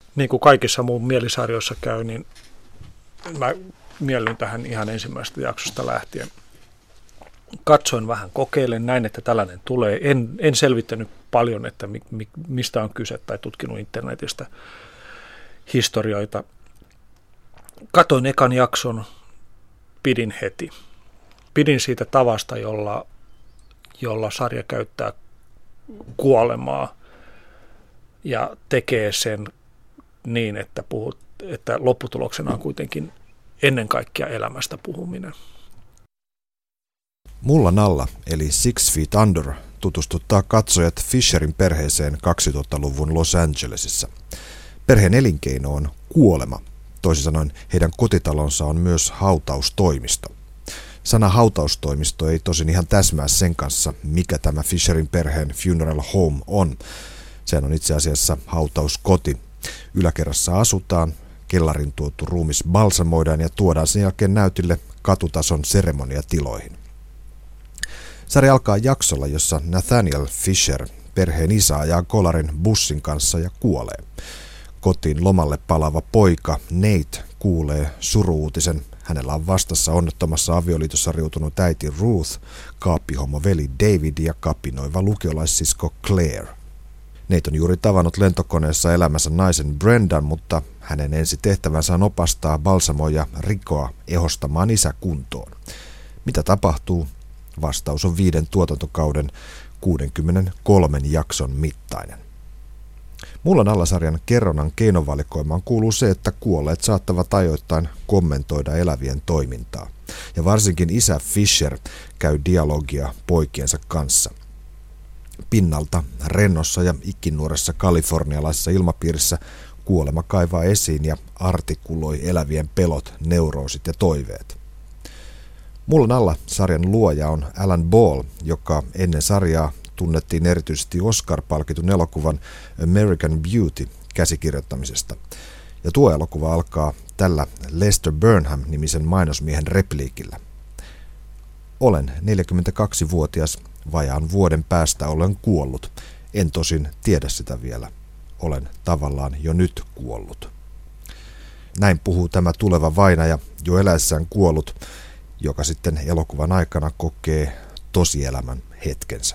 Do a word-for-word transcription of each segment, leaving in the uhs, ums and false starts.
niin kuin kaikissa muun mielisarjoissa käy, niin mä miellyn tähän ihan ensimmäisestä jaksosta lähtien. Katsoin vähän, kokeilen näin, että tällainen tulee. En, en selvittänyt paljon, että mi, mi, mistä on kyse tai tutkinut internetistä historioita. Katoin ekan jakson, pidin heti. Pidin siitä tavasta, jolla, jolla sarja käyttää kuolemaa ja tekee sen niin, että, puhut, että lopputuloksena on kuitenkin ennen kaikkea elämästä puhuminen. Mullan alla, eli Six Feet Under, tutustuttaa katsojat Fisherin perheeseen kaksituhattaluvun Los Angelesissa. Perheen elinkeino on kuolema. Toisin sanoen heidän kotitalonsa on myös hautaustoimisto. Sana hautaustoimisto ei tosin ihan täsmää sen kanssa, mikä tämä Fisherin perheen funeral home on. Sehän on itse asiassa hautauskoti. Yläkerrassa asutaan, kellarin tuotu ruumis balsamoidaan ja tuodaan sen jälkeen näytille katutason seremoniatiloihin. Sarja alkaa jaksolla, jossa Nathaniel Fisher, perheen isä, ajaa kolarin bussin kanssa ja kuolee. Kotiin lomalle palaava poika Nate kuulee suru-uutisen. Hänellä on vastassa onnettomassa avioliitossa riutunut äiti Ruth, kaappihomo veli David ja kapinoiva lukiolaissisko Claire. Nate on juuri tavannut lentokoneessa elämänsä naisen Brendan, mutta hänen ensi tehtävänsä on opastaa balsamoja Ricoa ehostamaan isä kuntoon. Mitä tapahtuu? Vastaus on viiden tuotantokauden kuudenkymmenenkolmen jakson mittainen. Mullan alla-sarjan kerronnan keinovalikoimaan kuuluu se, että kuolleet saattavat ajoittain kommentoida elävien toimintaa. Ja varsinkin isä Fisher käy dialogia poikiensa kanssa. Pinnalta, rennossa ja ikinuoressa kalifornialaisessa ilmapiirissä kuolema kaivaa esiin ja artikuloi elävien pelot, neuroosit ja toiveet. Mullan alla sarjan luoja on Alan Ball, joka ennen sarjaa tunnettiin erityisesti Oscar-palkitun elokuvan American Beauty käsikirjoittamisesta. Ja tuo elokuva alkaa tällä Lester Burnham-nimisen mainosmiehen repliikillä. Olen neljäkymmentäkaksivuotias, vajaan vuoden päästä olen kuollut. En tosin tiedä sitä vielä. Olen tavallaan jo nyt kuollut. Näin puhuu tämä tuleva vainaja, jo eläessään kuollut, joka sitten elokuvan aikana kokee tosielämän hetkensä.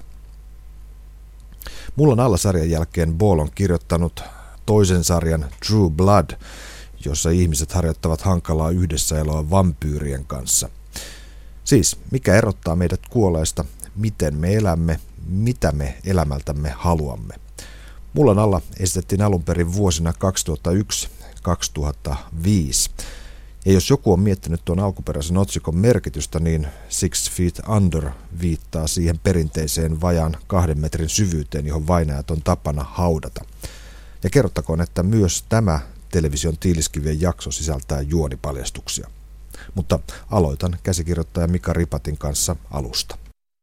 Mullan alla-sarjan jälkeen Ball on kirjoittanut toisen sarjan True Blood, jossa ihmiset harjoittavat hankalaa yhdessäeloa vampyyrien kanssa. Siis, mikä erottaa meidät kuolleista, miten me elämme, mitä me elämältämme haluamme. Mullan alla esitettiin alun perin vuosina kaksituhattayksi kaksituhattaviisi. Ja jos joku on miettinyt tuon alkuperäisen otsikon merkitystä, niin Six Feet Under viittaa siihen perinteiseen vajaan kahden metrin syvyyteen, johon vainajat on tapana haudata. Ja kerrottakoon, että myös tämä television Tiiliskivien jakso sisältää juonipaljastuksia. Mutta aloitan käsikirjoittaja Mika Ripatin kanssa alusta.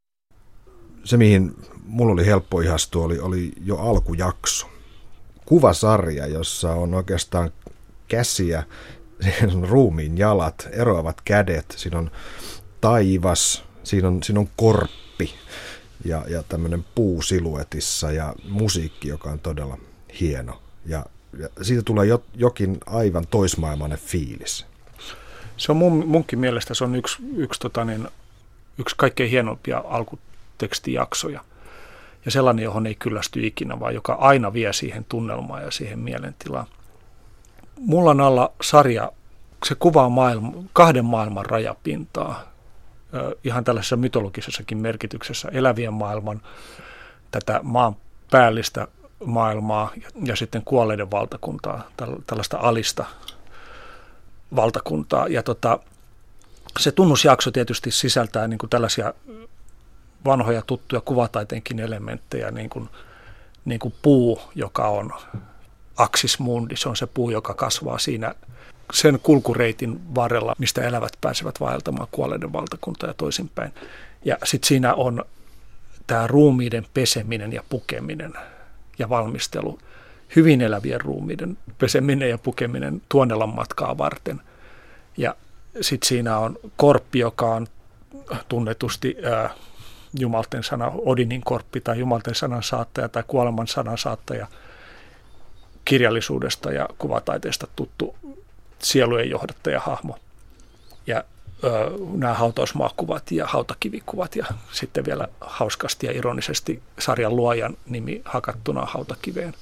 Se, mihin mulla oli helppo ihastua, oli, oli jo alkujakso. Kuvasarja, jossa on oikeastaan käsiä, siinä on ruumiin jalat, eroavat kädet, siinä on taivas, siinä on, siinä on korppi ja, ja tämmöinen puu siluetissa ja musiikki, joka on todella hieno. Ja, ja siitä tulee jo, jokin aivan toismaailmainen fiilis. Se on mun, munkin mielestä se on yksi, yksi, tota niin, yksi kaikkein hienompia alkutekstijaksoja. Ja sellainen, johon ei kyllästy ikinä, vaan joka aina vie siihen tunnelmaan ja siihen mielentilaan. Mullan alla sarja, se kuvaa maailma, kahden maailman rajapintaa, ihan tällaisessa mytologisessakin merkityksessä, elävien maailman, tätä maan päällistä maailmaa ja, ja sitten kuolleiden valtakuntaa, tällaista alista valtakuntaa. Ja tota, se tunnusjakso tietysti sisältää niin kuin tällaisia vanhoja tuttuja kuvataiteenkin elementtejä, niin kuin, niin kuin puu, joka on Axis Mundi, se on se puu, joka kasvaa siinä sen kulkureitin varrella, mistä elävät pääsevät vaeltamaan kuolleiden valtakuntaa ja toisinpäin. Ja sitten siinä on tämä ruumiiden peseminen ja pukeminen ja valmistelu. Hyvin elävien ruumiiden peseminen ja pukeminen Tuonelan matkaa varten. Ja sitten siinä on korppi, joka on tunnetusti ää, Jumalten sana, Odinin korppi tai Jumalten sanan saattaja tai kuoleman sanan saattaja. kirjallisuudesta ja kuvataiteesta tuttu sielujen johdattajahahmo. Ja ö, nämä hautausmaakuvat ja hautakivikuvat ja sitten vielä hauskasti ja ironisesti sarjan luojan nimi hakattuna hautakiveen.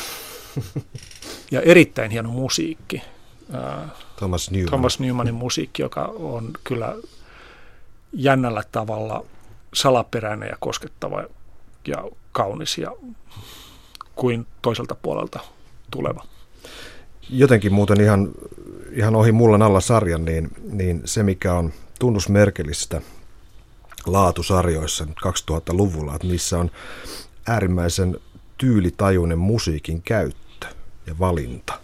Ja erittäin hieno musiikki. Thomas Newman. Thomas Newmanin musiikki, joka on kyllä jännällä tavalla salaperäinen ja koskettava ja kaunis ja kuin toiselta puolelta tuleva. Jotenkin muuten ihan, ihan ohi mullan alla sarjan, niin, niin se mikä on tunnusmerkillistä laatusarjoissa kaksituhattaluvulla, että niissä on äärimmäisen tyylitajuinen musiikin käyttö ja valinta.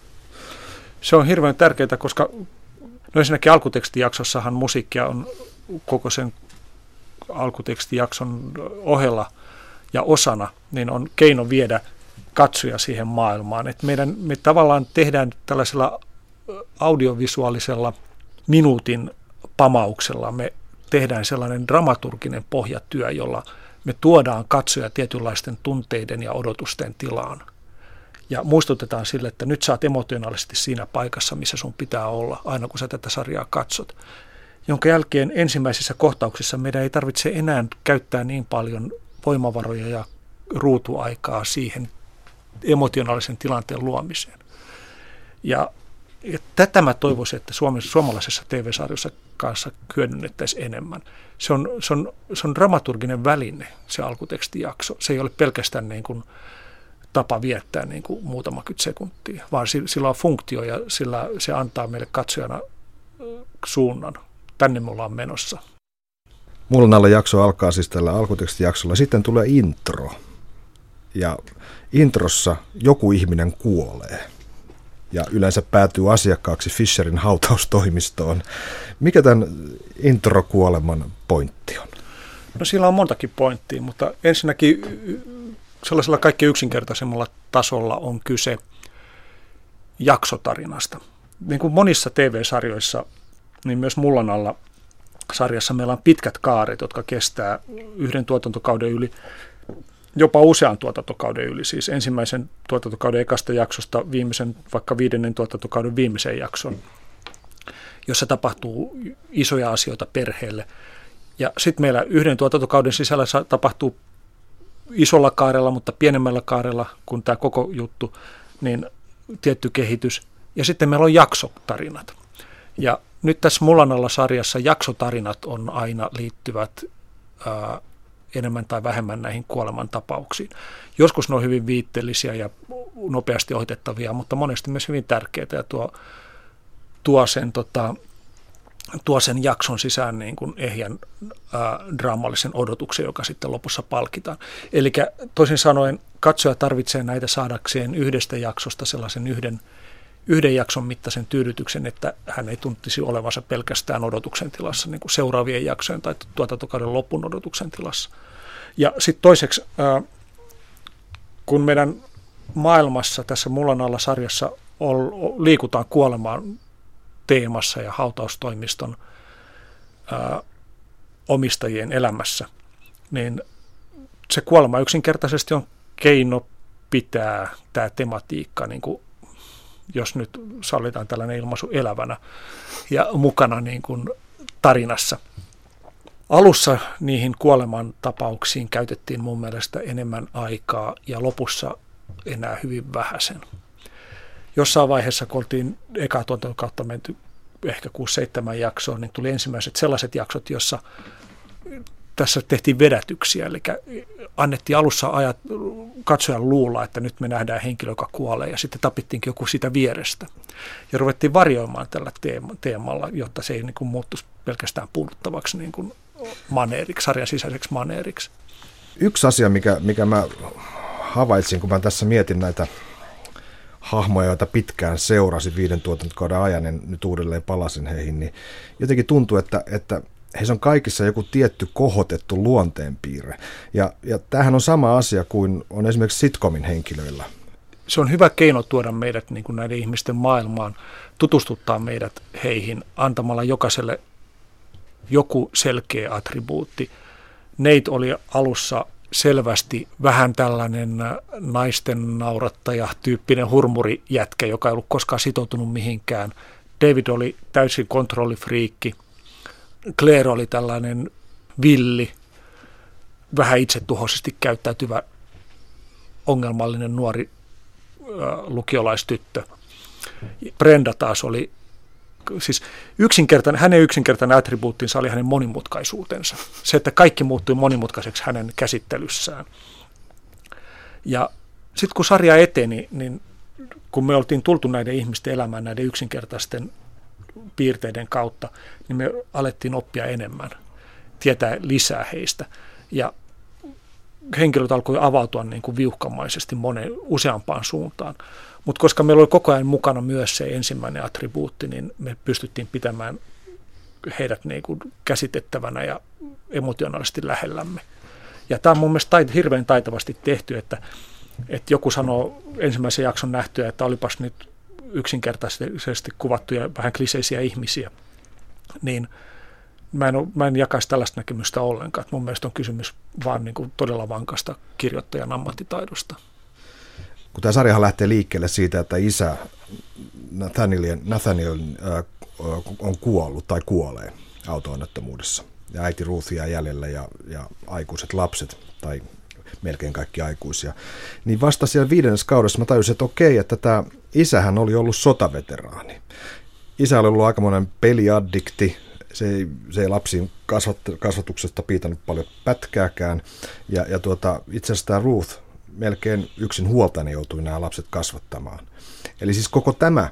Se on hirveän tärkeää, koska no ensinnäkin alkutekstijaksossahan musiikkia on koko sen alkutekstijakson ohella ja osana, niin on keino viedä katsoja siihen maailmaan. Et meidän, me tavallaan tehdään tällaisella audiovisuaalisella minuutin pamauksella, me tehdään sellainen dramaturginen pohjatyö, jolla me tuodaan katsoja tietynlaisten tunteiden ja odotusten tilaan. Ja muistutetaan sille, että nyt sä oot emotionaalisesti siinä paikassa, missä sun pitää olla, aina kun sä tätä sarjaa katsot. Jonka jälkeen ensimmäisissä kohtauksissa meidän ei tarvitse enää käyttää niin paljon voimavaroja ja ruutuaikaa siihen emotionaalisen tilanteen luomiseen. Ja, ja tätä mä toivoisin, että Suomen, suomalaisessa T V-sarjossa kanssa hyödynnettäisiin enemmän. Se on, se, on, se on dramaturginen väline, se alkutekstijakso. Se ei ole pelkästään niin kuin tapa viettää niin kuin muutama kymmenen sekuntia, vaan sillä on funktio ja sillä se antaa meille katsojana suunnan. Tänne me ollaan menossa. Mullan alla jakso alkaa siis tällä alkutekstijaksolla. Sitten tulee intro. Ja introssa joku ihminen kuolee. Ja yleensä päätyy asiakkaaksi Fisherin hautaustoimistoon. Mikä tämän intro-kuoleman pointti on? No sillä on montakin pointtia, mutta ensinnäkin sellaisella kaikkein yksinkertaisemmalla tasolla on kyse jaksotarinasta. Niin kuin monissa T V-sarjoissa, niin myös Mullan alla sarjassa meillä on pitkät kaaret, jotka kestää yhden tuotantokauden yli, jopa usean tuotantokauden yli. Siis ensimmäisen tuotantokauden ekasta jaksosta viimeisen, vaikka viidennen tuotantokauden viimeiseen jakson, jossa tapahtuu isoja asioita perheelle. Ja sitten meillä yhden tuotantokauden sisällä tapahtuu isolla kaarella, mutta pienemmällä kaarella kuin tämä koko juttu, niin tietty kehitys. Ja sitten meillä on jaksotarinat. Ja nyt tässä Mullan alla -sarjassa jaksotarinat on aina liittyvät ää, enemmän tai vähemmän näihin kuolemantapauksiin. Joskus ne on hyvin viitteellisiä ja nopeasti ohitettavia, mutta monesti myös hyvin tärkeitä ja tuo, tuo, sen, tota, tuo sen jakson sisään niin kuin ehjän ää, draamallisen odotuksen, joka sitten lopussa palkitaan. Eli toisin sanoen katsoja tarvitsee näitä saadakseen yhdestä jaksosta sellaisen yhden yhden jakson mittaisen tyydytyksen, että hän ei tuntisi olevansa pelkästään odotuksen tilassa, niin kuin seuraavien jaksojen tai tuotantokauden lopun odotuksen tilassa. Ja sitten toiseksi, kun meidän maailmassa tässä Mullan alla -sarjassa liikutaan kuolemaan teemassa ja hautaustoimiston ää, omistajien elämässä, niin se kuolema yksinkertaisesti on keino pitää tämä tematiikka niin kuin, jos nyt sallitaan tällainen ilmaisu, elävänä ja mukana niin kuin tarinassa. Alussa niihin kuoleman tapauksiin käytettiin mun mielestä enemmän aikaa ja lopussa enää hyvin vähäsen. Jossain vaiheessa, kun oltiin eka tuotanton kautta menty ehkä kuusi seitsemän jaksoa, niin tuli ensimmäiset sellaiset jaksot, jossa tässä tehtiin vedätyksiä, eli annettiin alussa ajat katsojan luulla, että nyt me nähdään henkilö, joka kuolee, ja sitten tapittiinkin joku sitä vierestä. Ja ruvettiin varjoimaan tällä teemalla, jotta se ei niin kuin muuttuisi pelkästään puuduttavaksi niin kuin maneeriksi, sarjan sisäiseksi maneeriksi. Yksi asia, mikä, mikä mä havaitsin, kun mä tässä mietin näitä hahmoja, joita pitkään seurasin viiden tuotantokauden ajan, ja nyt uudelleen palasin heihin, niin jotenkin tuntuu, että, että heissä on kaikissa joku tietty kohotettu luonteenpiirre. Ja, ja tämähän on sama asia kuin on esimerkiksi sitcomin henkilöillä. Se on hyvä keino tuoda meidät niin kuin näiden ihmisten maailmaan, tutustuttaa meidät heihin antamalla jokaiselle joku selkeä attribuutti. Nate oli alussa selvästi vähän tällainen naisten naurattaja tyyppinen hurmurijätkä, joka ei ollut koskaan sitoutunut mihinkään. David oli täysin kontrollifriikki. Claire oli tällainen villi, vähän itsetuhoisesti käyttäytyvä ongelmallinen nuori äh, lukiolaistyttö. Brenda taas oli, siis yksinkertainen, hänen yksinkertainen attribuuttinsa oli hänen monimutkaisuutensa. Se, että kaikki muuttui monimutkaiseksi hänen käsittelyssään. Ja sitten kun sarja eteni, niin kun me oltiin tultu näiden ihmisten elämään näiden yksinkertaisten piirteiden kautta, niin me alettiin oppia enemmän, tietää lisää heistä. Ja henkilöt alkoi avautua niin kuin viuhkamaisesti moneen useampaan suuntaan. Mutta koska meillä oli koko ajan mukana myös se ensimmäinen attribuutti, niin me pystyttiin pitämään heidät niin kuin käsitettävänä ja emotionaalisesti lähellämme. Ja tämä on mun mielestä tait- hirveän taitavasti tehty, että, että joku sanoo ensimmäisen jakson nähtyä, että olipas nyt yksinkertaisesti kuvattuja vähän kliseisiä ihmisiä, niin mä en, ole, mä en jakaisi tällaista näkemystä ollenkaan. Mun mielestä on kysymys vaan niin kuin todella vankasta kirjoittajan ammattitaidosta. Kun tämä sarjahan lähtee liikkeelle siitä, että isä Nathaniel, Nathaniel äh, on kuollut tai kuolee auto-onnettomuudessa ja äiti Ruth jää jäljelle ja, ja aikuiset lapset tai melkein kaikki aikuisia, niin vasta siellä viidennessä kaudessa mä tajusin, että okei, että tämä isähän oli ollut sotaveteraani. Isä oli ollut aikamoinen peliaddikti, se ei, se ei lapsiin kasvat, kasvatuksesta piitannut paljon pätkääkään, ja, ja tuota, itse asiassa tämä Ruth melkein yksin huoltajana joutui nämä lapset kasvattamaan. Eli siis koko tämä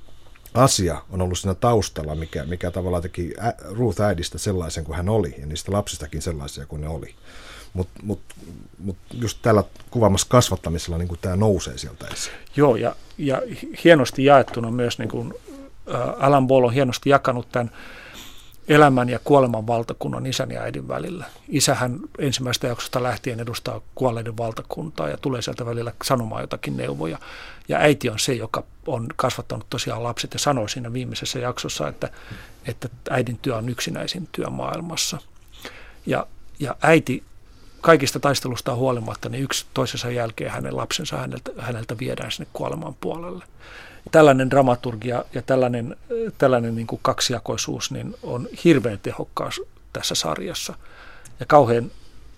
asia on ollut siinä taustalla, mikä, mikä tavallaan teki ä, Ruth äidistä sellaisen kuin hän oli, ja niistä lapsistakin sellaisia kuin ne oli. Mutta mut, mut just tällä kuvaamassa kasvattamisella niin kuin tämä nousee sieltä esiin. Joo, ja, ja hienosti jaettuna myös, niin kuin Alan Ball on hienosti jakanut tämän elämän ja kuoleman valtakunnan isän ja äidin välillä. Isähän ensimmäisestä jaksosta lähtien edustaa kuolleiden valtakuntaa ja tulee sieltä välillä sanomaan jotakin neuvoja. Ja äiti on se, joka on kasvattanut tosiaan lapset ja sanoi siinä viimeisessä jaksossa, että, että äidin työ on yksinäisin työ maailmassa. Ja, ja äiti kaikista taistelusta huolimatta, niin yksi toisensa jälkeen hänen lapsensa häneltä, häneltä viedään sinne kuoleman puolelle. Tällainen dramaturgia ja tällainen, tällainen niin kuin kaksijakoisuus niin on hirveän tehokkaas tässä sarjassa. Ja kauhean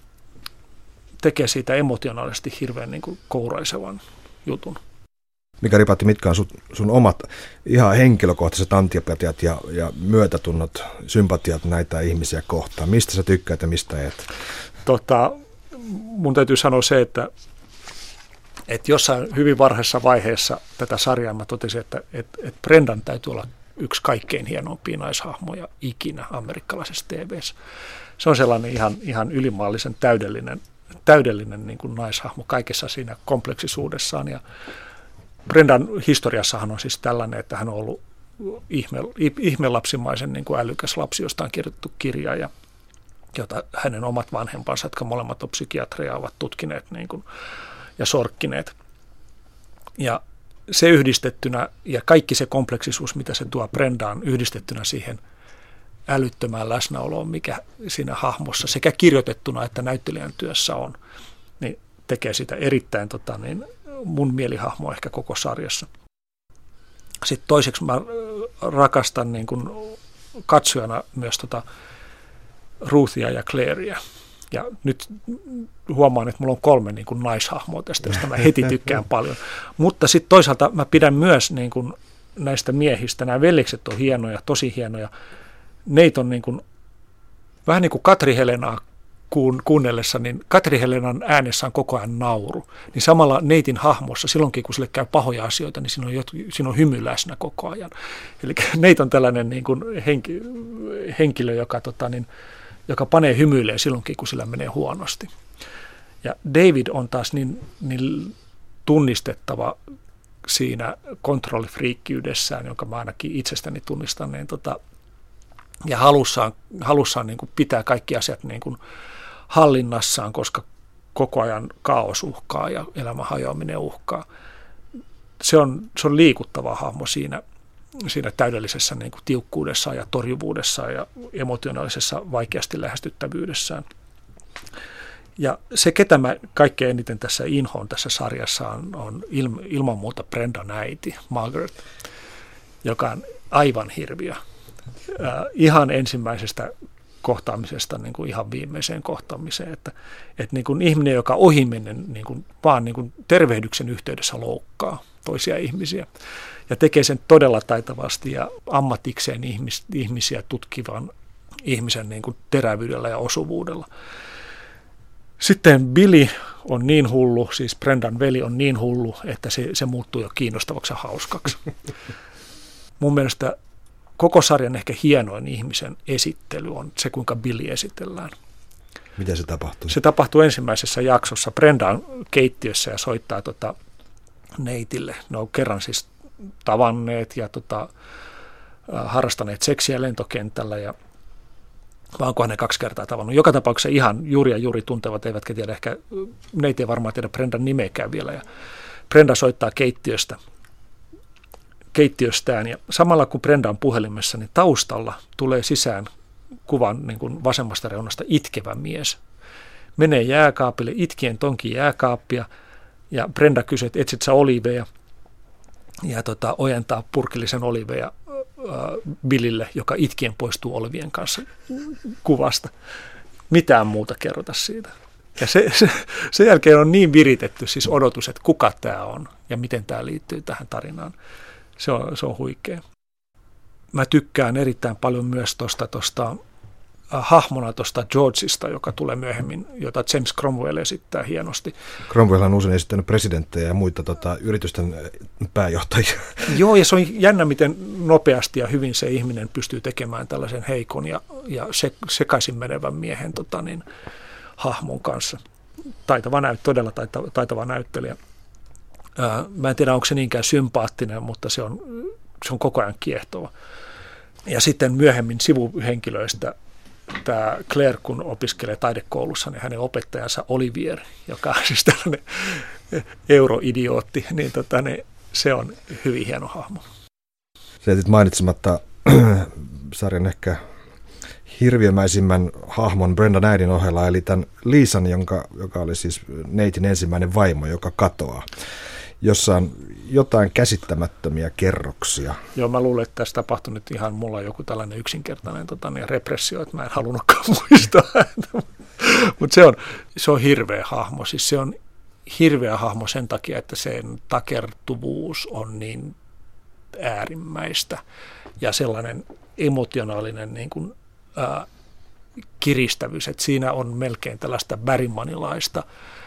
tekee siitä emotionaalisesti hirveän niin kuin kouraisevan jutun. Mika Ripatti, mitkä on sun, sun omat ihan henkilökohtaiset antipatiat ja, ja myötätunnot, sympatiat näitä ihmisiä kohtaan? Mistä sä tykkäät ja mistä et? Tota, mun täytyy sanoa se, että, että jossain hyvin varhaisessa vaiheessa tätä sarjaa mä totesin, että, että, että Brendan täytyy olla yksi kaikkein hienompia naishahmoja ikinä amerikkalaisessa T V:ssä. Se on sellainen ihan, ihan ylimaallisen täydellinen, täydellinen niin kuin naishahmo kaikessa siinä kompleksisuudessaan. Ja Brendan historiassahan on siis tällainen, että hän on ollut ihme, ihmelapsimaisen niin kuin älykäs lapsi, josta on kirjoitettu kirja, ja jota hänen omat vanhempansa, jotka molemmat on psykiatreja, ovat tutkineet niin kuin, ja sorkkineet. Ja se yhdistettynä ja kaikki se kompleksisuus, mitä se tuo Brendaan yhdistettynä siihen älyttömään läsnäoloon, mikä siinä hahmossa sekä kirjoitettuna että näyttelijän työssä on, niin tekee sitä erittäin tota, niin, mun mielihahmo ehkä koko sarjassa. Sitten toiseksi mä rakastan niin kuin katsojana myös tota Ruthia ja Clairea. Ja nyt huomaan, että mulla on kolme niin kuin naishahmoa tästä, josta mä heti tykkään paljon. Mutta sitten toisaalta mä pidän myös niin kuin näistä miehistä. Nämä veljekset on hienoja, tosi hienoja. Neitä on niin kuin, vähän niin kuin Katri Helenaa kuun, kuunnellessa, niin Katri Helenan äänessä on koko ajan nauru. Niin samalla neitin hahmossa, silloinkin kun sille käy pahoja asioita, niin siinä on, jot, siinä on hymy läsnä koko ajan. Eli neitä on tällainen niin kuin henki, henkilö, joka tota, niin, joka panee hymyilee silloinkin, kun sillä menee huonosti. Ja David on taas niin, niin tunnistettava siinä kontrollifriikkiydessään, jonka mä ainakin itsestäni tunnistan, niin tota, ja halussaan, halussaan niin kuin pitää kaikki asiat niin kuin hallinnassaan, koska koko ajan kaos uhkaa ja elämän hajoaminen uhkaa. Se on, se on liikuttava hahmo siinä, siinä täydellisessä niin kuin tiukkuudessaan ja torjuvuudessaan ja emotionaalisessa vaikeasti lähestyttävyydessään. Ja se, ketä mä kaikkein eniten tässä inhoon tässä sarjassa on, on ilman muuta Brendan äiti, Margaret, joka on aivan hirviö. Äh, ihan ensimmäisestä kohtaamisesta niin kuin ihan viimeiseen kohtaamiseen, että, että niin kuin ihminen, joka ohimennen niin kuin vaan niin kuin tervehdyksen yhteydessä loukkaa toisia ihmisiä ja tekee sen todella taitavasti ja ammatikseen ihmis, ihmisiä tutkivan ihmisen niin kuin terävyydellä ja osuvuudella. Sitten Billy on niin hullu, siis Brendan veli on niin hullu, että se, se muuttuu jo kiinnostavaksi ja hauskaksi. Mun mielestä koko sarjan ehkä hienoin ihmisen esittely on se, kuinka Billy esitellään. Miten se tapahtuu? Se tapahtuu ensimmäisessä jaksossa. Brenda on keittiössä ja soittaa tota neitille. Ne on kerran siis tavanneet ja tota, harrastaneet seksiä lentokentällä ja vai onkohan ne kaksi kertaa tavannut. Joka tapauksessa ihan juuri ja juuri tuntevat, eivätkä tiedä ehkä, neiti ei varmaan tiedä Brendan nimeäkään vielä. Ja Brenda soittaa keittiöstä, keittiöstään ja samalla kun Brenda on puhelimessa, niin taustalla tulee sisään kuvan niin kuin vasemmasta reunasta itkevä mies. Menee jääkaapille, itkien tonkin jääkaappia ja Brenda kysyy, että etsit sä oliiveja ja tota, ojentaa purkillisen oliiveja Billille, joka itkien poistuu olivien kanssa kuvasta. Mitään muuta kerrota siitä. Ja se, se, sen jälkeen on niin viritetty siis odotus, että kuka tämä on ja miten tämä liittyy tähän tarinaan. Se on, se on huikea. Mä tykkään erittäin paljon myös tuosta tosta, äh, hahmona tuosta Georgeista, joka tulee myöhemmin, jota James Cromwell esittää hienosti. Cromwell on usein esittänyt presidenttejä ja muita tota, yritysten pääjohtajia. Joo, ja se on jännä, miten nopeasti ja hyvin se ihminen pystyy tekemään tällaisen heikon ja, ja se, sekaisin menevän miehen tota, niin, hahmon kanssa. Taitava näyt, todella taitava, taitava näyttelijä. Ää, mä en tiedä, onko se niinkään sympaattinen, mutta se on, se on koko ajan kiehtova. Ja sitten myöhemmin sivuhenkilöistä tämä Claire, kun opiskelee taidekoulussa, niin hänen opettajansa Olivier, joka on siis tällainen euroidiootti, niin, tota, niin se on hyvin hieno hahmo. Se jätit mainitsematta sarjan ehkä hirviömäisimmän hahmon Brendan äidin ohella, eli tämän Liisan, jonka, joka oli siis neitin ensimmäinen vaimo, joka katoaa, jossa on jotain käsittämättömiä kerroksia. Joo, mä luulen, että tässä tapahtui nyt ihan mulla joku tällainen yksinkertainen tota, niin repressio, että mä en halunnutkaan muistaa. Mutta se on, se on hirveä hahmo. Siis se on hirveä hahmo sen takia, että sen takertuvuus on niin äärimmäistä ja sellainen emotionaalinen niin kuin, ää, kiristävyys, että siinä on melkein tällaista Bergmanilaista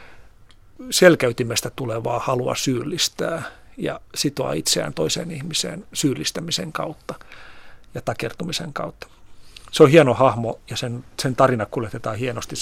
selkäytimestä tulevaa halua syyllistää ja sitoa itseään toiseen ihmiseen syyllistämisen kautta ja takertumisen kautta. Se on hieno hahmo ja sen, sen tarina kuljetetaan hienosti.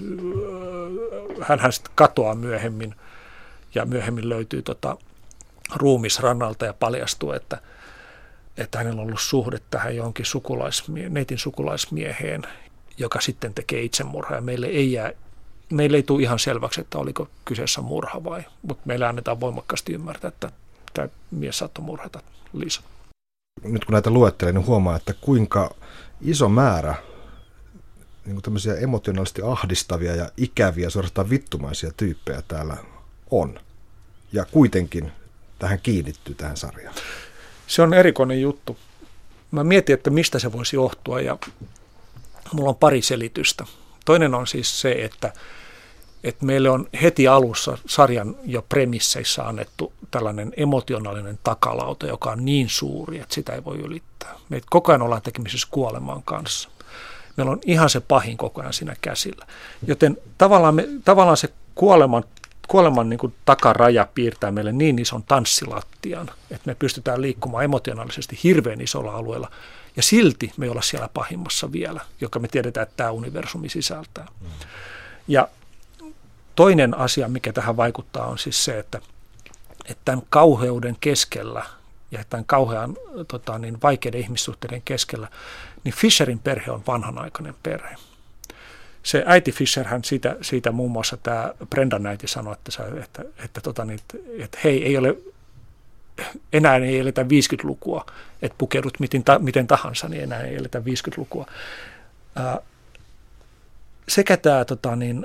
Hänhän sitten katoaa myöhemmin ja myöhemmin löytyy tota ruumis rannalta ja paljastuu, että, että hänellä on ollut suhde tähän johonkin sukulaismie- neitin sukulaismieheen, joka sitten tekee itsemurhaa ja meille ei jää Meille ei tule ihan selväksi, että oliko kyseessä murha vai, mutta meille annetaan voimakkaasti ymmärtää, että tämä mies saattoi murhata Liisa. Nyt kun näitä luettelee, niin huomaa, että kuinka iso määrä niin kuin tämmöisiä emotionaalisesti ahdistavia ja ikäviä, suorastaan vittumaisia tyyppejä täällä on. Ja kuitenkin tähän kiinnittyy tähän sarjaan. Se on erikoinen juttu. Mä mietin, että mistä se voisi johtua ja mulla on pari selitystä. Toinen on siis se, että, että meille on heti alussa sarjan jo premisseissa annettu tällainen emotionaalinen takalauta, joka on niin suuri, että sitä ei voi ylittää. Me koko ajan ollaan tekemisissä kuoleman kanssa. Meillä on ihan se pahin koko ajan siinä käsillä. Joten tavallaan, me, tavallaan se kuoleman, kuoleman niin kuin takaraja piirtää meille niin ison tanssilattian, että me pystytään liikkumaan emotionaalisesti hirveän isolla alueella. Ja silti me ei olla siellä pahimmassa vielä, joka me tiedetään, että tämä universumi sisältää. Mm. Ja toinen asia, mikä tähän vaikuttaa, on siis se, että, että tämän kauheuden keskellä ja tämän kauhean tota, niin vaikeiden ihmissuhteiden keskellä, niin Fisherin perhe on vanhanaikainen perhe. Se äiti Fisher, hän siitä, siitä muun muassa tämä Brendan äiti sanoi, että, että, että, tota, niin, että hei, ei ole... Enää ei eletä viisikymmentälukua, että pukeudut miten, ta, miten tahansa, niin enää ei eletä viisikymmentälukua. Ää, sekä tämä tota, niin,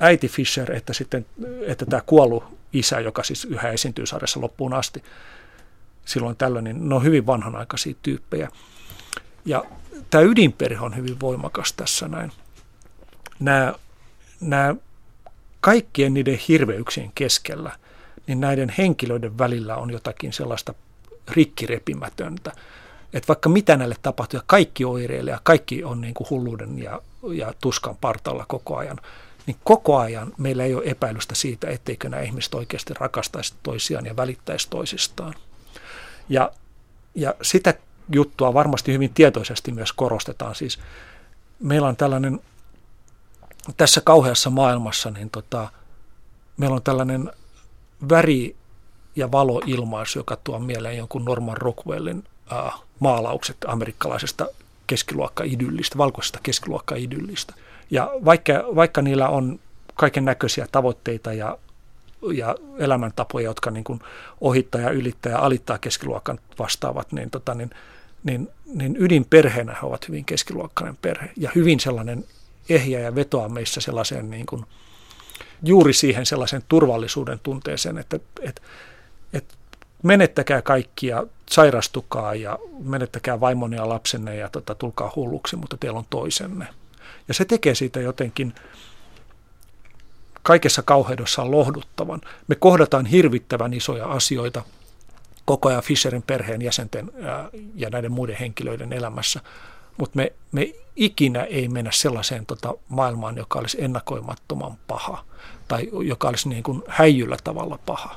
äiti Fisher että sitten että tämä kuollut isä, joka siis yhä esiintyy sarjassa loppuun asti silloin tällöin, niin ne on hyvin vanhanaikaisia tyyppejä. Ja tämä ydinperhe on hyvin voimakas tässä näin. Nämä, nämä kaikkien niiden hirveyksien keskellä, niin näiden henkilöiden välillä on jotakin sellaista rikkirepimätöntä, että vaikka mitä näille tapahtuu, ja kaikki oireilee ja kaikki on niin kuin hulluuden ja, ja tuskan partalla koko ajan, niin koko ajan meillä ei ole epäilystä siitä, etteikö nämä ihmiset oikeasti rakastaisi toisiaan ja välittäisi toisistaan. Ja, ja sitä juttua varmasti hyvin tietoisesti myös korostetaan. Siis meillä on tällainen, tässä kauheassa maailmassa, niin tota, meillä on tällainen väri- ja valoilmaisu, joka tuo mieleen jonkun Norman Rockwellin äh, maalaukset amerikkalaisesta keskiluokka-idyllistä, valkoisesta keskiluokka-idyllistä. Ja vaikka, vaikka niillä on kaiken näköisiä tavoitteita ja, ja elämäntapoja, jotka niin kuin ohittaa ja ylittää ja alittaa keskiluokan vastaavat, niin, tota, niin, niin, niin ydinperheenä he ovat hyvin keskiluokkainen perhe ja hyvin sellainen ehjä ja vetoa meissä sellaiseen niin kuin, juuri siihen sellaisen turvallisuuden tunteeseen, että, että, että menettäkää kaikkia, sairastukaa ja menettäkää vaimonne ja lapsenne ja tota, tulkaa hulluksi, mutta teillä on toisenne. Ja se tekee siitä jotenkin kaikessa kauheudossaan lohduttavan. Me kohdataan hirvittävän isoja asioita koko ajan Fisherin perheen jäsenten ja näiden muiden henkilöiden elämässä, mutta me, me ikinä ei mennä sellaiseen tota, maailmaan, joka olisi ennakoimattoman paha tai joka olisi niin kuin häijyllä tavalla paha.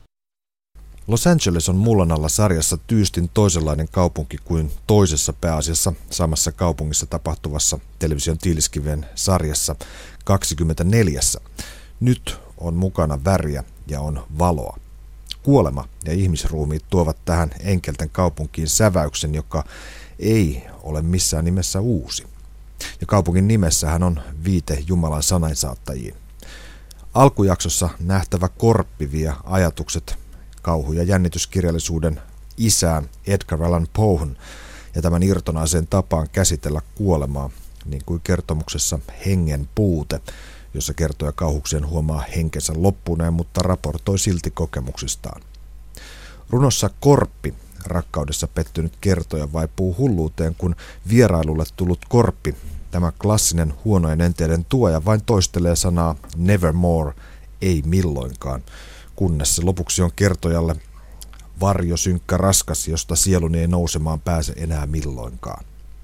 Los Angeles on mullan alla sarjassa tyystin toisenlainen kaupunki kuin toisessa pääasiassa samassa kaupungissa tapahtuvassa television Tiiliskiven sarjassa kaksikymmentäneljä. Nyt on mukana väriä ja on valoa. Kuolema ja ihmisruumiit tuovat tähän enkelten kaupunkiin säväyksen, joka ei ole missään nimessä uusi. Ja kaupungin nimessähän on viite Jumalan sanansaattajiin. Alkujaksossa nähtävä korppi vie ajatukset kauhu- ja jännityskirjallisuuden isään Edgar Allan Poehen ja tämän irtonaiseen tapaan käsitellä kuolemaa, niin kuin kertomuksessa Hengen puute, jossa kertoja kauhuksien huomaa henkensä loppuneen, mutta raportoi silti kokemuksistaan. Runossa Korppi, rakkaudessa pettynyt kertoja, vaipuu hulluuteen, kun vierailulle tullut korppi, tämä klassinen huonojen enteiden tuoja, vain toistelee sanaa nevermore, ei milloinkaan, kunnes se lopuksi on kertojalle varjo synkkä raskas, josta sieluni ei nousemaan pääse enää milloinkaan.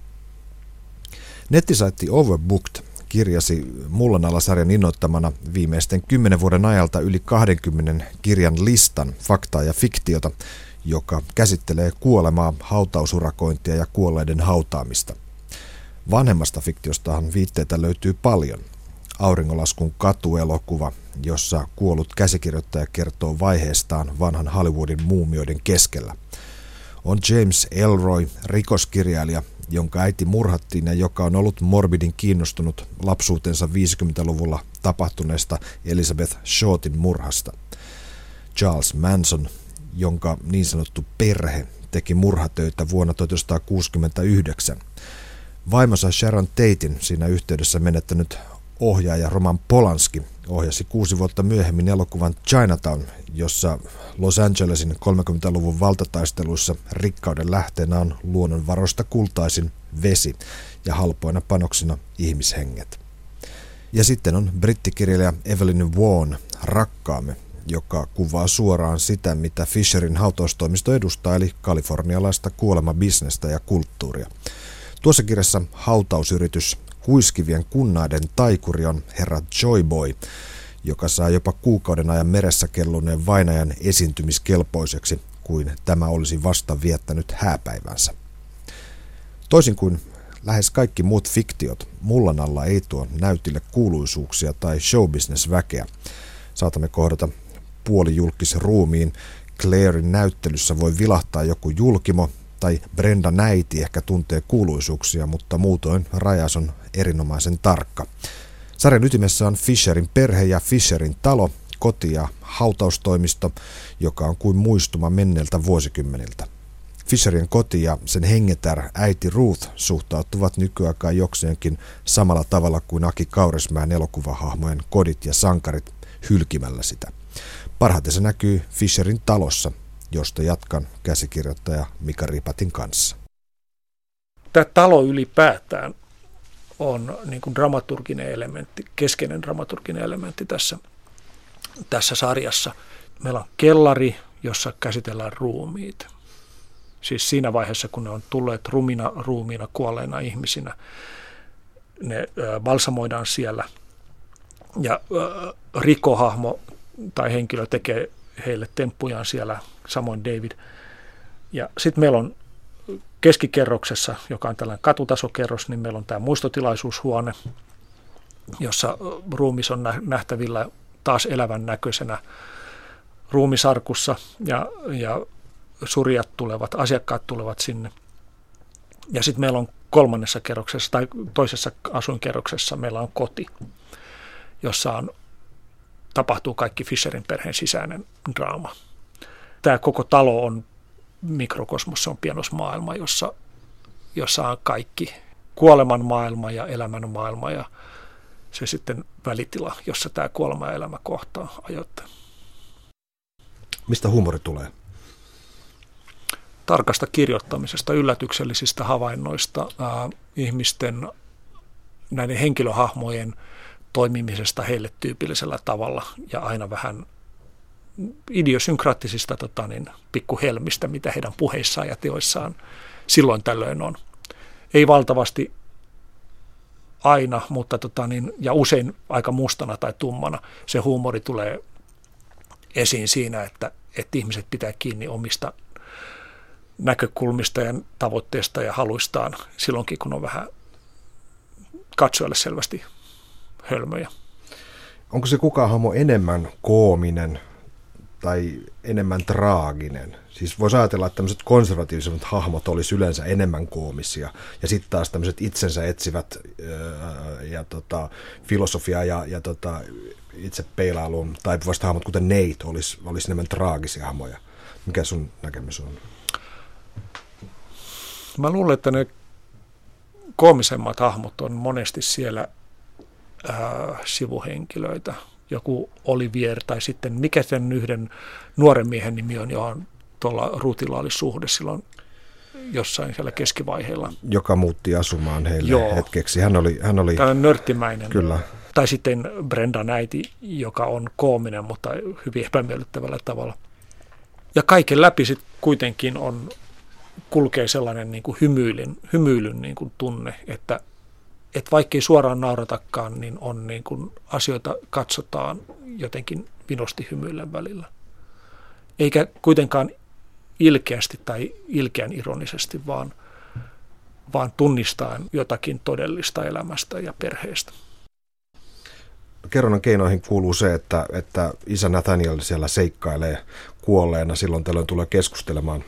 Nettisaitti Overbooked kirjasi Mullan alla-sarjan innoittamana viimeisten kymmenen vuoden ajalta yli kahdenkymmenen kirjan listan faktaa ja fiktiota, joka käsittelee kuolemaa, hautausurakointia ja kuolleiden hautaamista. Vanhemmasta fiktiostahan viitteitä löytyy paljon. Auringonlaskun katuelokuva, jossa kuollut käsikirjoittaja kertoo vaiheestaan vanhan Hollywoodin muumioiden keskellä. On James Ellroy, rikoskirjailija, jonka äiti murhattiin ja joka on ollut morbidin kiinnostunut lapsuutensa viisikymmentäluvulla tapahtuneesta Elizabeth Shortin murhasta. Charles Manson, jonka niin sanottu perhe teki murhatöitä vuonna tuhatyhdeksänsataakuusikymmentäyhdeksän. Vaimonsa Sharon Tatein siinä yhteydessä menettänyt ohjaaja Roman Polanski ohjasi kuusi vuotta myöhemmin elokuvan Chinatown, jossa Los Angelesin kolmekymmentäluvun valtataisteluissa rikkauden lähteenä on luonnonvaroista kultaisin vesi ja halpoina panoksina ihmishenget. Ja sitten on brittikirjailija Evelyn Waugh Rakkaamme, joka kuvaa suoraan sitä, mitä Fisherin hautaustoimisto edustaa, eli kalifornialaista kuolemabisnestä ja kulttuuria. Tuossa kirjassa hautausyritys Kuiskivien kunnaiden taikuri on herra Joyboy, joka saa jopa kuukauden ajan meressä kelluneen vainajan esiintymiskelpoiseksi, kuin tämä olisi vasta viettänyt hääpäivänsä. Toisin kuin lähes kaikki muut fiktiot, Mullan alla ei tuo näytille kuuluisuuksia tai showbusiness-väkeä. Saatamme kohdata puolijulkisruumiin, Clairen näyttelyssä voi vilahtaa joku julkimo, tai Brenda Näiti ehkä tuntee kuuluisuuksia, mutta muutoin rajaus on erinomaisen tarkka. Sarjan ytimessä on Fisherin perhe ja Fisherin talo, koti- ja hautaustoimisto, joka on kuin muistuma menneiltä vuosikymmeniltä. Fisherin koti ja sen hengetär äiti Ruth suhtautuvat nykyaikaan jokseenkin samalla tavalla kuin Aki Kaurismäen elokuvahahmojen kodit ja sankarit hylkimällä sitä. Parhaiten se näkyy Fisherin talossa, josta jatkan käsikirjoittaja Mika Ripatin kanssa. Tämä talo ylipäätään on niin kuin dramaturginen elementti, keskeinen dramaturginen elementti tässä, tässä sarjassa. Meillä on kellari, jossa käsitellään ruumiit. Siis siinä vaiheessa, kun ne on tulleet rumina ruumiina kuolleina ihmisinä, ne balsamoidaan siellä. Ja rikohahmo tai henkilö tekee heille temppujaan siellä, samoin David. Ja sitten meillä on keskikerroksessa, joka on tällainen katutasokerros, niin meillä on tämä muistotilaisuushuone, jossa ruumis on nähtävillä taas elävän näköisenä ruumisarkussa ja, ja surjat tulevat, asiakkaat tulevat sinne. Ja sitten meillä on kolmannessa kerroksessa tai toisessa asuinkerroksessa meillä on koti, jossa on, tapahtuu kaikki Fisherin perheen sisäinen draama. Tämä koko talo on mikrokosmos, se on pienosmaailma, jossa, jossa on kaikki kuoleman maailma ja elämän maailma ja se sitten välitila, jossa tämä kuolema ja elämä kohtaa ajoittain. Mistä huumori tulee? Tarkasta kirjoittamisesta, yllätyksellisistä havainnoista, ää, ihmisten, näiden henkilöhahmojen toimimisesta heille tyypillisellä tavalla ja aina vähän idiosynkraattisista tota, niin, pikkuhelmistä, mitä heidän puheissaan ja teoissaan silloin tällöin on. Ei valtavasti aina, mutta tota, niin, ja usein aika mustana tai tummana se huumori tulee esiin siinä, että, että ihmiset pitää kiinni omista näkökulmista ja tavoitteista ja haluistaan silloinkin, kun on vähän katsojalle selvästi hölmöjä. Onko se kukaan hahmo enemmän koominen tai enemmän traaginen? Siis voisi ajatella, että tämmöiset konservatiivisemmat hahmot olisi yleensä enemmän koomisia, ja sitten taas tämmöiset itsensä etsivät ää, ja tota, filosofia ja, ja tota, itse peilailuun taipuvaiset hahmot, kuten Nate, olisi, olisi enemmän traagisia hahmoja. Mikä sun näkemys on? Mä luulen, että ne koomisemmat hahmot on monesti siellä ää, sivuhenkilöitä. Joku Olivier tai sitten mikä sen yhden nuoren miehen nimi on, johon tuolla Ruthilla oli suhde silloin jossain siellä keskivaiheella. Joka muutti asumaan heille Joo. hetkeksi. Hän oli, hän oli tällainen nörttimäinen. Kyllä. Tai sitten Brendan äiti, joka on koominen, mutta hyvin epämiellyttävällä tavalla. Ja kaiken läpi sitten kuitenkin on, kulkee sellainen niin kuin hymyilyn, hymyilyn niin kuin tunne, että että vaikkei suoraan nauratakaan, niin on niin kuin asioita katsotaan jotenkin vinosti hymyillen välillä. Eikä kuitenkaan ilkeästi tai ilkeän ironisesti, vaan, vaan tunnistaen jotakin todellista elämästä ja perheestä. Kerronnan keinoihin kuuluu se, että, että isä Nathaniel siellä seikkailee kuolleena, silloin tällöin tulee keskustelemaan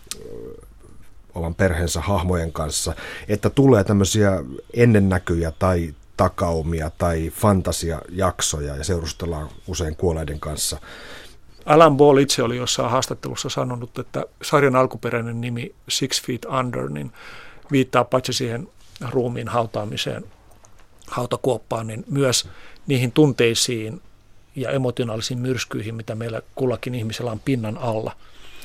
oman perheensä hahmojen kanssa, että tulee tämmöisiä ennennäkyjä tai takaumia tai fantasiajaksoja ja seurustellaan usein kuolleiden kanssa. Alan Ball itse oli jossain haastattelussa sanonut, että sarjan alkuperäinen nimi Six Feet Under niin viittaa paitsi siihen ruumiin hautaamiseen, hautakuoppaan, niin myös niihin tunteisiin ja emotionaalisiin myrskyihin, mitä meillä kullakin ihmisellä on pinnan alla.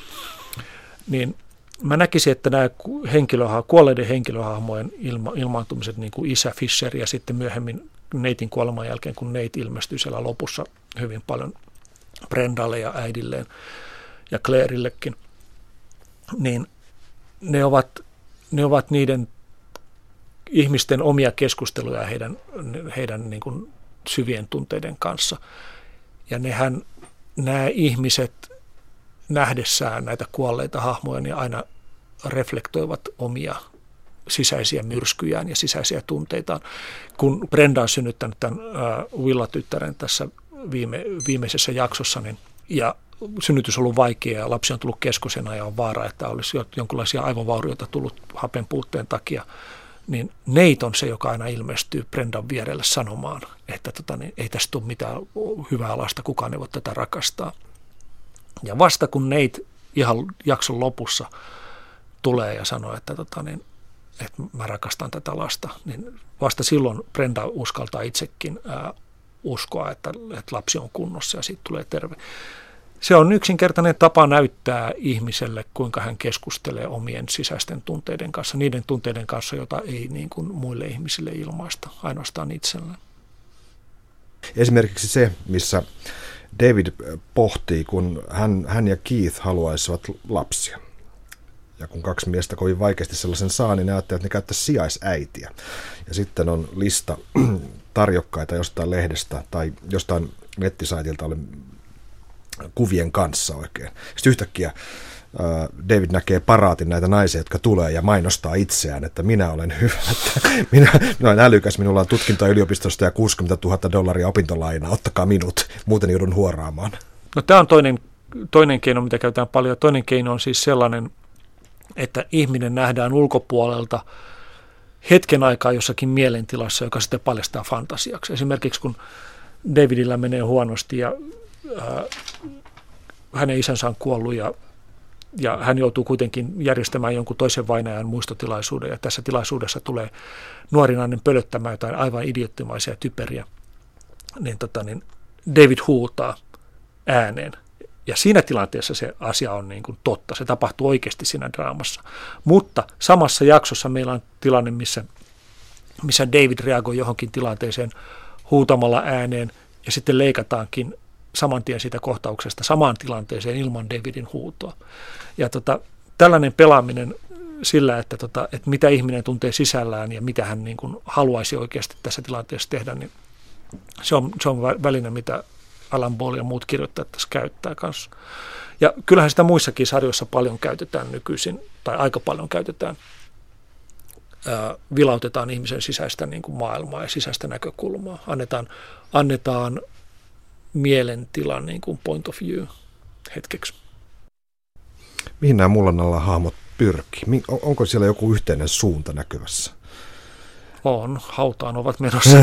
Niin mä näkisin, että nämä henkilöha- kuolleiden henkilöhahmojen ilma- ilmaantumiset, niin kuin isä Fisher ja sitten myöhemmin Naten kuoleman jälkeen, kun Nate ilmestyi siellä lopussa hyvin paljon Brendalle ja äidilleen ja Clairillekin, niin ne ovat, ne ovat niiden ihmisten omia keskusteluja heidän, heidän niin kuin syvien tunteiden kanssa. Ja nehän, nämä ihmiset nähdessään näitä kuolleita hahmoja, niin aina reflektoivat omia sisäisiä myrskyjään ja sisäisiä tunteitaan. Kun Brenda on synnyttänyt tämän uh, Willa-tyttären tässä viime, viimeisessä jaksossa, niin, ja synnytys on ollut vaikea ja lapsi on tullut keskosena ja on vaara, että olisi jonkinlaisia aivovaurioita tullut hapen puutteen takia, niin Nate on se, joka aina ilmestyy Brendan vierelle sanomaan, että tota, niin, ei tästä tule mitään hyvää lasta, kukaan ei voi tätä rakastaa. Ja vasta kun Nate ihan jakson lopussa tulee ja sanoo, että, tota, niin, että mä rakastan tätä lasta, niin vasta silloin Brenda uskaltaa itsekin ää, uskoa, että, että lapsi on kunnossa ja siitä tulee terve. Se on yksinkertainen tapa näyttää ihmiselle, kuinka hän keskustelee omien sisäisten tunteiden kanssa, niiden tunteiden kanssa, joita ei niin kuin muille ihmisille ilmaista, ainoastaan itselleen. Esimerkiksi se, missä David pohtii, kun hän, hän ja Keith haluaisivat lapsia. Ja kun kaksi miestä kovin vaikeasti sellaisen saa, niin ne ajattelee, että ne käyttäisi sijaisäitiä. Ja sitten on lista tarjokkaita jostain lehdestä tai jostain nettisaitilta oli kuvien kanssa oikein. Sitten yhtäkkiä David näkee paraatin näitä naisia, jotka tulee ja mainostaa itseään, että minä olen hyvä, että minä, minä olen älykäs, minulla on tutkintoa yliopistosta ja kuusikymmentätuhatta dollaria opintolainaa, ottakaa minut, muuten joudun huoraamaan. No tämä on toinen, toinen keino, mitä käytetään paljon. Toinen keino on siis sellainen, että ihminen nähdään ulkopuolelta hetken aikaa jossakin mielentilassa, joka sitten paljastaa fantasiaksi. Esimerkiksi kun Davidillä menee huonosti ja äh, hänen isänsä on kuollut ja Ja hän joutuu kuitenkin järjestämään jonkun toisen vainajan muistotilaisuuden, ja tässä tilaisuudessa tulee nuori nainen pölöttämään jotain aivan idioottimaisia typeriä. Niin, tota, niin David huutaa ääneen. Ja siinä tilanteessa se asia on niin kuin totta, se tapahtuu oikeasti siinä draamassa. Mutta samassa jaksossa meillä on tilanne, missä, missä David reagoi johonkin tilanteeseen huutamalla ääneen, ja sitten leikataankin saman tien siitä kohtauksesta samaan tilanteeseen ilman Davidin huutoa. Ja tota, tällainen pelaaminen sillä, että, tota, että mitä ihminen tuntee sisällään ja mitä hän niin kuin haluaisi oikeasti tässä tilanteessa tehdä, niin se on, se on väline, mitä Alan Ball ja muut kirjoittajat tässä käyttää kanssa. Ja kyllähän sitä muissakin sarjoissa paljon käytetään nykyisin, tai aika paljon käytetään, ää, vilautetaan ihmisen sisäistä niin kuin maailmaa ja sisäistä näkökulmaa. Annetaan, annetaan mielentilan niin kuin point of view hetkeksi. Mihin nämä mullan alla hahmot pyrkii? Onko siellä joku yhteinen suunta näkyvässä? On, hautaan ovat menossa.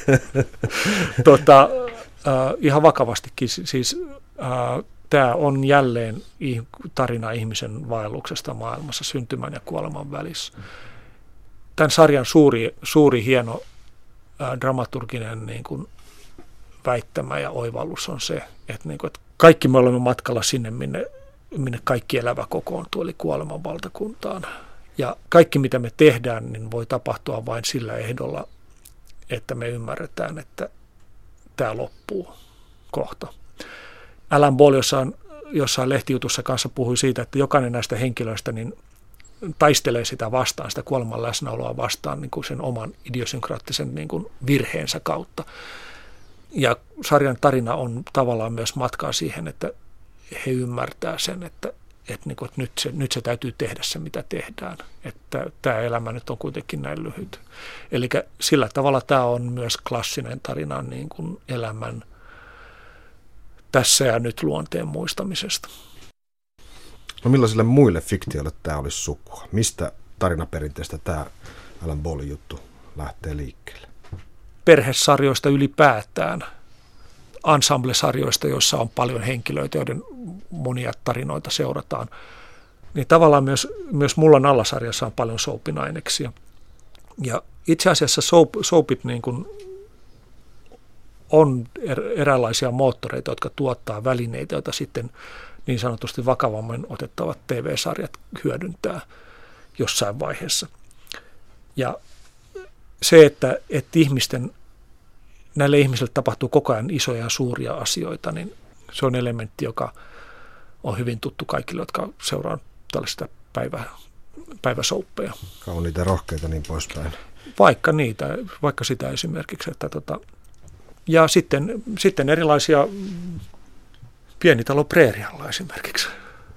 tota, äh, ihan vakavastikin, siis äh, tämä on jälleen tarina ihmisen vaelluksesta maailmassa syntymän ja kuoleman välissä. Tämän sarjan suuri, suuri hieno äh, dramaturginen niin kuin väittämä ja oivallus on se, että, niin kuin, että kaikki me olemme matkalla sinne, minne, minne kaikki elävä kokoontuu, eli kuoleman valtakuntaan. Ja kaikki, mitä me tehdään, niin voi tapahtua vain sillä ehdolla, että me ymmärretään, että tämä loppuu kohta. Alan Ball jossain, jossain lehtijutussa kanssa puhui siitä, että jokainen näistä henkilöistä niin taistelee sitä vastaan, sitä kuoleman läsnäoloa vastaan niin kuin sen oman idiosynkraattisen niin kuin virheensä kautta. Ja sarjan tarina on tavallaan myös matkaa siihen, että he ymmärtää sen, että, että, niin kuin, että nyt, se, nyt se täytyy tehdä se, mitä tehdään. Että tämä elämä nyt on kuitenkin näin lyhyt. Eli sillä tavalla tämä on myös klassinen tarina niin kuin elämän tässä ja nyt luonteen muistamisesta. No millaisille muille fiktioille tämä olisi sukua? Mistä tarinaperinteestä tämä Alan Ballin juttu lähtee liikkeelle? Perhesarjoista ylipäätään, ensemble-sarjoista, joissa on paljon henkilöitä, joiden monia tarinoita seurataan, niin tavallaan myös, myös Mullan alla-sarjassa on paljon soapinaineksia. Ja itse asiassa soap, soapit niin kuin on er, eräänlaisia moottoreita, jotka tuottaa välineitä, joita sitten niin sanotusti vakavammin otettavat T V-sarjat hyödyntää jossain vaiheessa. Ja se, että, että ihmisten, näille ihmisille tapahtuu koko ajan isoja ja suuria asioita, niin se on elementti, joka on hyvin tuttu kaikille, jotka seuraa tällaista päivä, päiväsouppeja. Kauniita, rohkeita niin poispäin. Vaikka niitä, vaikka sitä esimerkiksi. Että tota, ja sitten, sitten erilaisia, Pienitalo Preerialla esimerkiksi.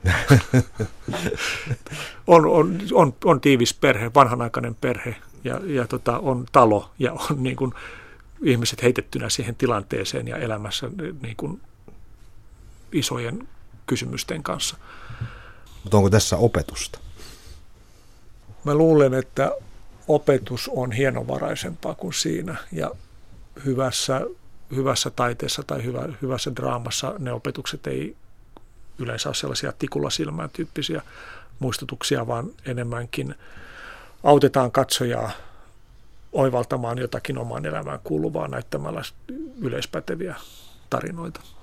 on, on, on, on tiivis perhe, vanhanaikainen perhe. Ja, ja tota, on talo ja on niin kuin ihmiset heitettynä siihen tilanteeseen ja elämässä niin kuin isojen kysymysten kanssa. Mutta onko tässä opetusta? Mä luulen, että opetus on hienovaraisempaa kuin siinä. Ja hyvässä, hyvässä taiteessa tai hyvä, hyvässä draamassa ne opetukset ei, yleensä ole sellaisia tikulla silmään tyyppisiä muistutuksia, vaan enemmänkin autetaan katsojaa oivaltamaan jotakin omaan elämään kuuluvaa näyttämällä yleispäteviä tarinoita.